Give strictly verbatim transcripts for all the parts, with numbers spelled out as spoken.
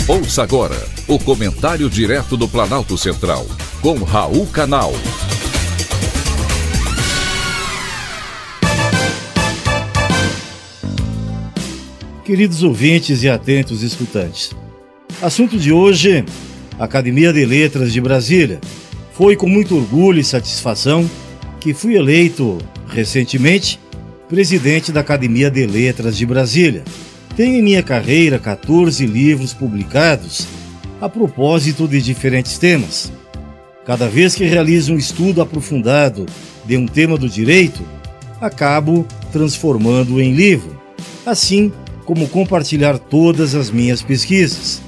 Ouça agora o comentário direto do Planalto Central, com Raul Canal. Queridos ouvintes e atentos escutantes, assunto de hoje, Academia de Letras de Brasília. Foi com muito orgulho e satisfação que fui eleito, recentemente, presidente da Academia de Letras de Brasília. Tenho em minha carreira quatorze livros publicados a propósito de diferentes temas. Cada vez que realizo um estudo aprofundado de um tema do direito, acabo transformando-o em livro, assim como compartilhar todas as minhas pesquisas.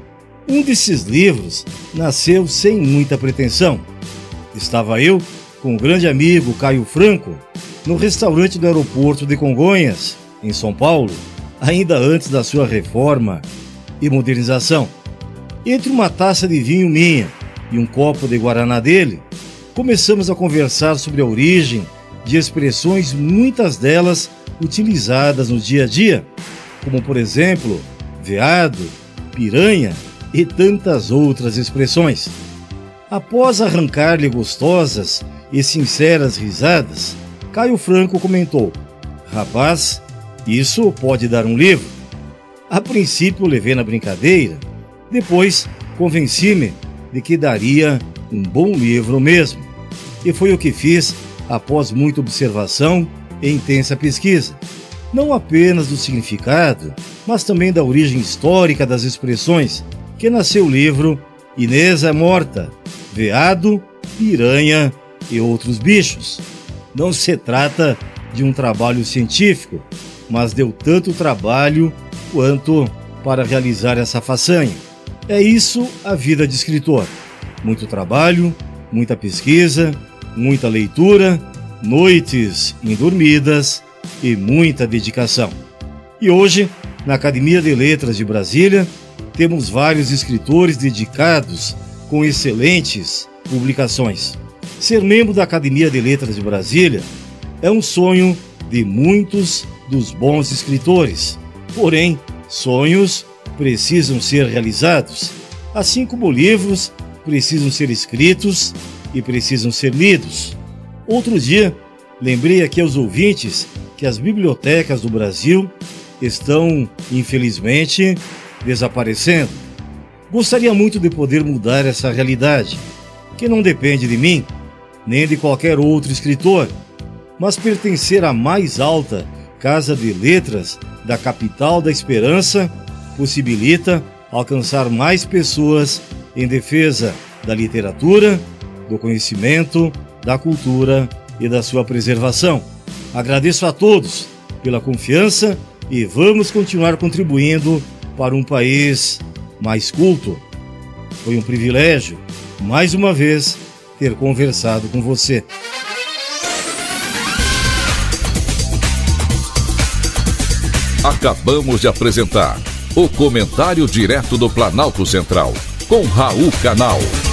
Um desses livros nasceu sem muita pretensão. Estava eu com o grande amigo Caio Franco no restaurante do aeroporto de Congonhas, em São Paulo, ainda antes da sua reforma e modernização. Entre uma taça de vinho minha e um copo de guaraná dele, começamos a conversar sobre a origem de expressões, muitas delas utilizadas no dia a dia, como por exemplo, veado, piranha e tantas outras expressões. Após arrancar-lhe gostosas e sinceras risadas, Caio Franco comentou: "Rapaz, isso pode dar um livro." A princípio levei na brincadeira, depois convenci-me de que daria um bom livro mesmo. E foi o que fiz após muita observação e intensa pesquisa, não apenas do significado, mas também da origem histórica das expressões, que nasceu o livro Inês é Morta, Veado, Piranha e Outros Bichos. Não se trata de um trabalho científico, mas deu tanto trabalho quanto para realizar essa façanha. É isso a vida de escritor. Muito trabalho, muita pesquisa, muita leitura, noites indormidas e muita dedicação. E hoje, na Academia de Letras de Brasília, temos vários escritores dedicados com excelentes publicações. Ser membro da Academia de Letras de Brasília é um sonho de muitos dos bons escritores. Porém, sonhos precisam ser realizados, assim como livros precisam ser escritos e precisam ser lidos. Outro dia, lembrei aqui aos ouvintes que as bibliotecas do Brasil estão, infelizmente, desaparecendo. Gostaria muito de poder mudar essa realidade, que não depende de mim, nem de qualquer outro escritor, mas pertencer à mais alta Casa de Letras da capital da esperança possibilita alcançar mais pessoas em defesa da literatura, do conhecimento, da cultura e da sua preservação. Agradeço a todos pela confiança e vamos continuar contribuindo para um país mais culto. Foi um privilégio, mais uma vez, ter conversado com você. Acabamos de apresentar o comentário direto do Planalto Central, com Raul Canal.